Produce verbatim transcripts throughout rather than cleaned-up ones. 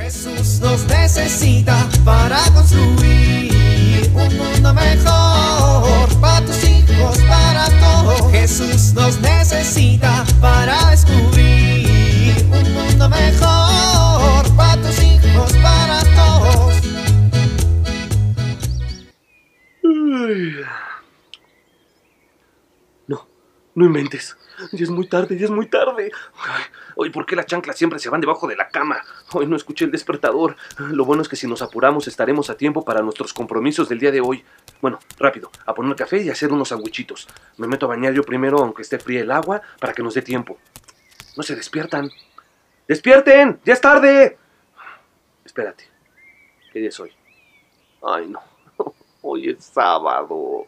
Jesús nos necesita para construir un mundo mejor, para tus hijos, para todos. Jesús nos necesita para descubrir un mundo mejor, para tus hijos, para todos. No, no inventes. Ya es muy tarde, ya es muy tarde. Ay, hoy, ¿por qué las chanclas siempre se van debajo de la cama? Hoy no escuché el despertador. Lo bueno es que si nos apuramos estaremos a tiempo para nuestros compromisos del día de hoy. Bueno, rápido, a poner café y hacer unos sandwichitos. Me meto a bañar yo primero, aunque esté fría el agua, para que nos dé tiempo. No se despiertan. ¡Despierten! ¡Ya es tarde! Espérate. ¿Qué día es hoy? Ay, no. Hoy es sábado.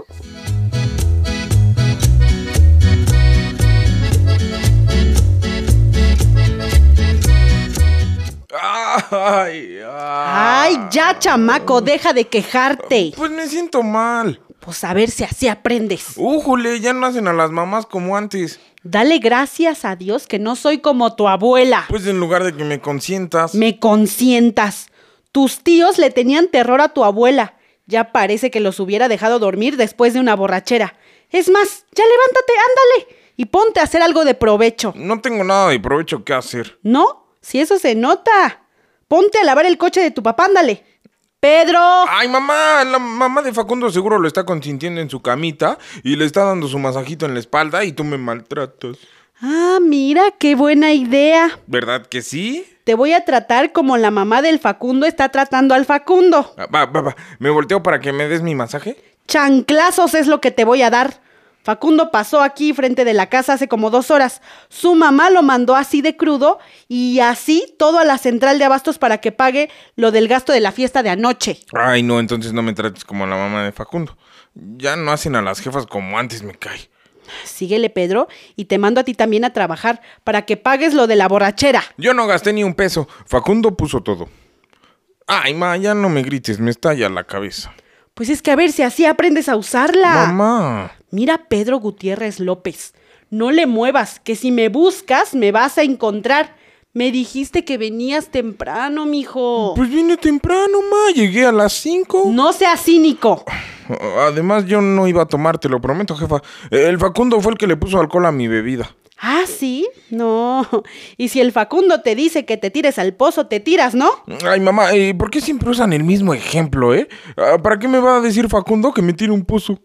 Ay, ay. Ay, ya, chamaco, deja de quejarte. Pues me siento mal. Pues a ver si así aprendes. Újule, ya no hacen a las mamás como antes. Dale gracias a Dios que no soy como tu abuela. Pues en lugar de que me consientas. Me consientas. Tus tíos le tenían terror a tu abuela. Ya parece que los hubiera dejado dormir después de una borrachera. Es más, ya levántate, ándale, y ponte a hacer algo de provecho. No tengo nada de provecho que hacer. ¿No? Si eso se nota. Ponte a lavar el coche de tu papá, ándale. ¡Pedro! Ay, mamá, la mamá de Facundo seguro lo está consintiendo en su camita y le está dando su masajito en la espalda y tú me maltratas. Ah, mira, qué buena idea. ¿Verdad que sí? Te voy a tratar como la mamá del Facundo está tratando al Facundo. Ah, va, va, va. ¿Me volteo para que me des mi masaje? Chanclazos es lo que te voy a dar. Facundo pasó aquí frente de la casa hace como dos horas. Su mamá lo mandó así de crudo y así todo a la central de abastos para que pague lo del gasto de la fiesta de anoche. Ay, no, entonces no me trates como la mamá de Facundo. Ya no hacen a las jefas como antes, me cae. Síguele, Pedro, y te mando a ti también a trabajar para que pagues lo de la borrachera. Yo no gasté ni un peso. Facundo puso todo. Ay, ma, ya no me grites, me estalla la cabeza. Pues es que a ver si así aprendes a usarla. Mamá. Mira, Pedro Gutiérrez López, no le muevas, que si me buscas me vas a encontrar. Me dijiste que venías temprano, mijo. Pues vine temprano, ma, llegué a las cinco. No seas cínico. Además, yo no iba a tomar, te lo prometo, jefa. El Facundo fue el que le puso alcohol a mi bebida. ¿Ah, sí? No. Y si el Facundo te dice que te tires al pozo, te tiras, ¿no? Ay, mamá, ¿y por qué siempre usan el mismo ejemplo, eh? ¿Para qué me va a decir Facundo que me tire un pozo?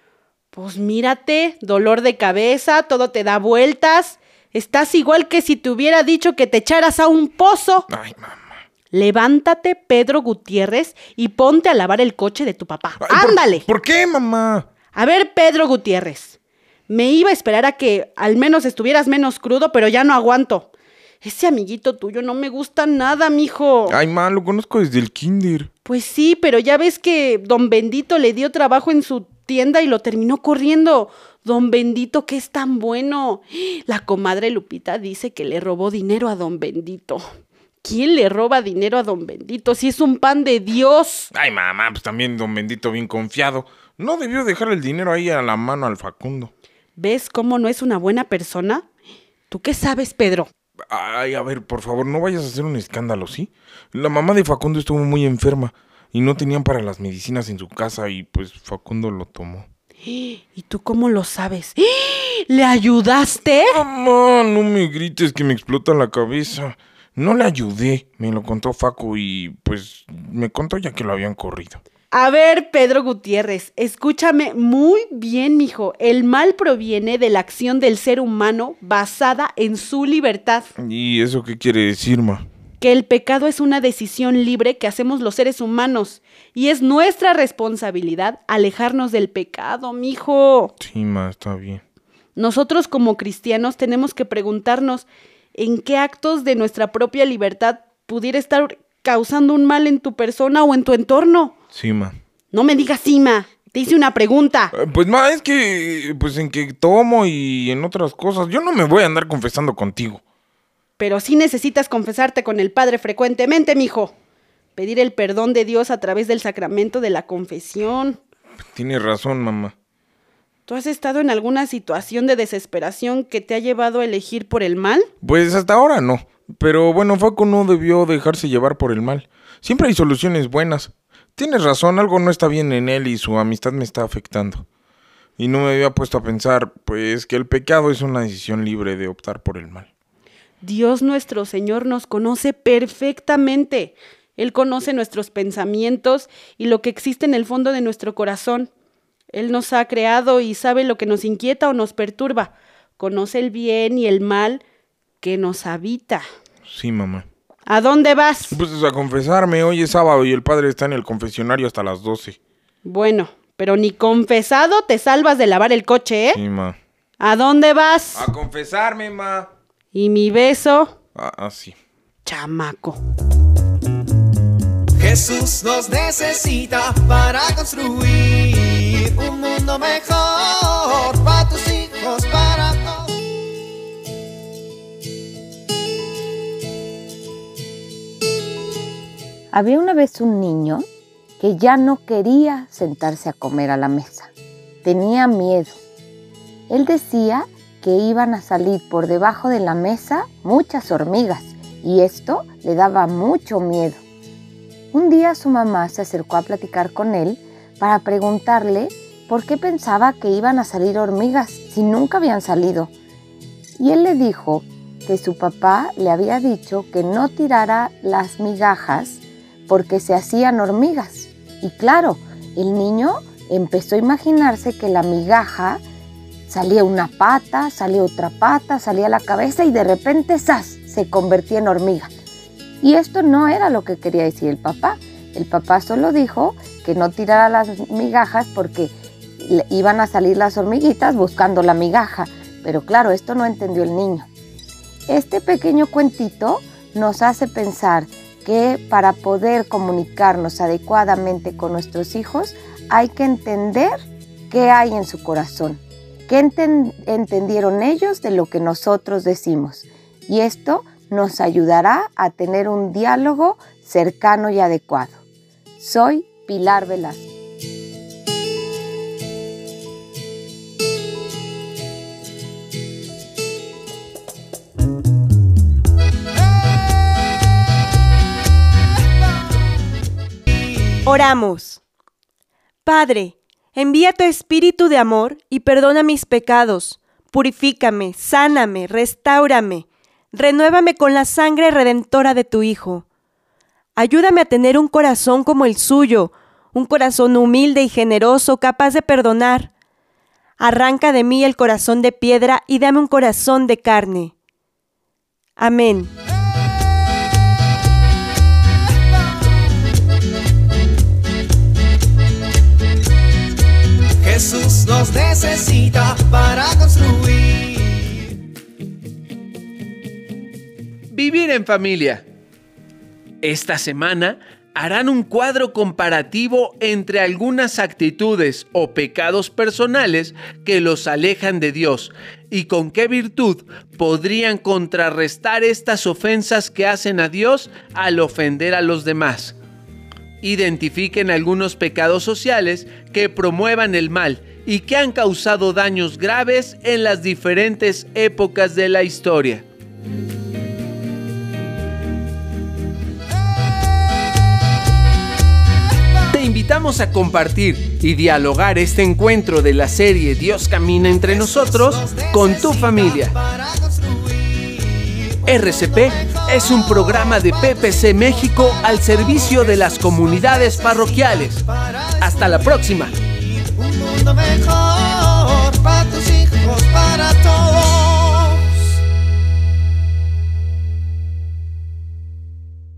Pues mírate, dolor de cabeza, todo te da vueltas. Estás igual que si te hubiera dicho que te echaras a un pozo. Ay, mamá. Levántate, Pedro Gutiérrez, y ponte a lavar el coche de tu papá. Ay, ¡Ándale! ¿Por, ¿Por qué, mamá? A ver, Pedro Gutiérrez, me iba a esperar a que al menos estuvieras menos crudo, pero ya no aguanto. Ese amiguito tuyo no me gusta nada, mijo. Ay, ma, lo conozco desde el kinder. Pues sí, pero ya ves que don Bendito le dio trabajo en su tienda y lo terminó corriendo. Don Bendito, que es tan bueno. La comadre Lupita dice que le robó dinero a don Bendito. ¿Quién le roba dinero a don Bendito si es un pan de Dios? Ay, mamá, pues también don Bendito bien confiado. No debió dejar el dinero ahí a la mano al Facundo. ¿Ves cómo no es una buena persona? ¿Tú qué sabes, Pedro? Ay, a ver, por favor, no vayas a hacer un escándalo, ¿sí? La mamá de Facundo estuvo muy enferma y no tenían para las medicinas en su casa y pues Facundo lo tomó. ¿Y tú cómo lo sabes? ¿Le ayudaste? Mamá, no me grites que me explota la cabeza. No le ayudé, me lo contó Facu y pues me contó ya que lo habían corrido. A ver, Pedro Gutiérrez, escúchame muy bien, mijo. El mal proviene de la acción del ser humano basada en su libertad. ¿Y eso qué quiere decir, ma? Que el pecado es una decisión libre que hacemos los seres humanos y es nuestra responsabilidad alejarnos del pecado, mijo. Sí, ma, está bien. Nosotros como cristianos tenemos que preguntarnos en qué actos de nuestra propia libertad pudiera estar causando un mal en tu persona o en tu entorno. Sí, ma. No me digas sí, ma. Te hice una pregunta. Eh, pues, ma, es que, pues en que tomo y en otras cosas. Yo no me voy a andar confesando contigo. Pero sí necesitas confesarte con el Padre frecuentemente, mijo. Pedir el perdón de Dios a través del sacramento de la confesión. Tienes razón, mamá. ¿Tú has estado en alguna situación de desesperación que te ha llevado a elegir por el mal? Pues hasta ahora no. Pero bueno, Facu no debió dejarse llevar por el mal. Siempre hay soluciones buenas. Tienes razón, algo no está bien en él y su amistad me está afectando. Y no me había puesto a pensar, pues, que el pecado es una decisión libre de optar por el mal. Dios nuestro Señor nos conoce perfectamente. Él conoce nuestros pensamientos y lo que existe en el fondo de nuestro corazón. Él nos ha creado y sabe lo que nos inquieta o nos perturba. Conoce el bien y el mal que nos habita. Sí, mamá. ¿A dónde vas? Pues a confesarme, hoy es sábado y el padre está en el confesionario hasta las doce. Bueno, pero ni confesado te salvas de lavar el coche, ¿eh? Sí, ma. ¿A dónde vas? A confesarme, ma. ¿Y mi beso? Ah, ah, sí. Chamaco. Jesús nos necesita para construir un mundo mejor para tus hijos, para todos. Había una vez un niño que ya no quería sentarse a comer a la mesa. Tenía miedo. Él decía que iban a salir por debajo de la mesa muchas hormigas y esto le daba mucho miedo. Un día su mamá se acercó a platicar con él para preguntarle por qué pensaba que iban a salir hormigas si nunca habían salido. Y él le dijo que su papá le había dicho que no tirara las migajas porque se hacían hormigas. Y claro, el niño empezó a imaginarse que la migaja salía una pata, salía otra pata, salía la cabeza y de repente ¡zas!, se convertía en hormiga. Y esto no era lo que quería decir el papá. El papá solo dijo que no tirara las migajas porque iban a salir las hormiguitas buscando la migaja. Pero claro, esto no entendió el niño. Este pequeño cuentito nos hace pensar que para poder comunicarnos adecuadamente con nuestros hijos hay que entender qué hay en su corazón, qué enten- entendieron ellos de lo que nosotros decimos. Y esto nos ayudará a tener un diálogo cercano y adecuado. Soy Pilar Velasco. Oramos. Padre, envía tu espíritu de amor y perdona mis pecados. Purifícame, sáname, restáurame. Renuévame con la sangre redentora de tu Hijo. Ayúdame a tener un corazón como el suyo, un corazón humilde y generoso, capaz de perdonar. Arranca de mí el corazón de piedra y dame un corazón de carne. Amén. Jesús nos necesita para construir. Vivir en familia. Esta semana harán un cuadro comparativo entre algunas actitudes o pecados personales que los alejan de Dios y con qué virtud podrían contrarrestar estas ofensas que hacen a Dios al ofender a los demás. Identifiquen algunos pecados sociales que promuevan el mal y que han causado daños graves en las diferentes épocas de la historia. Te invitamos a compartir y dialogar este encuentro de la serie Dios camina entre nosotros con tu familia. R C P es un programa de P P C México al servicio de las comunidades parroquiales. Hasta la próxima. Un mundo mejor.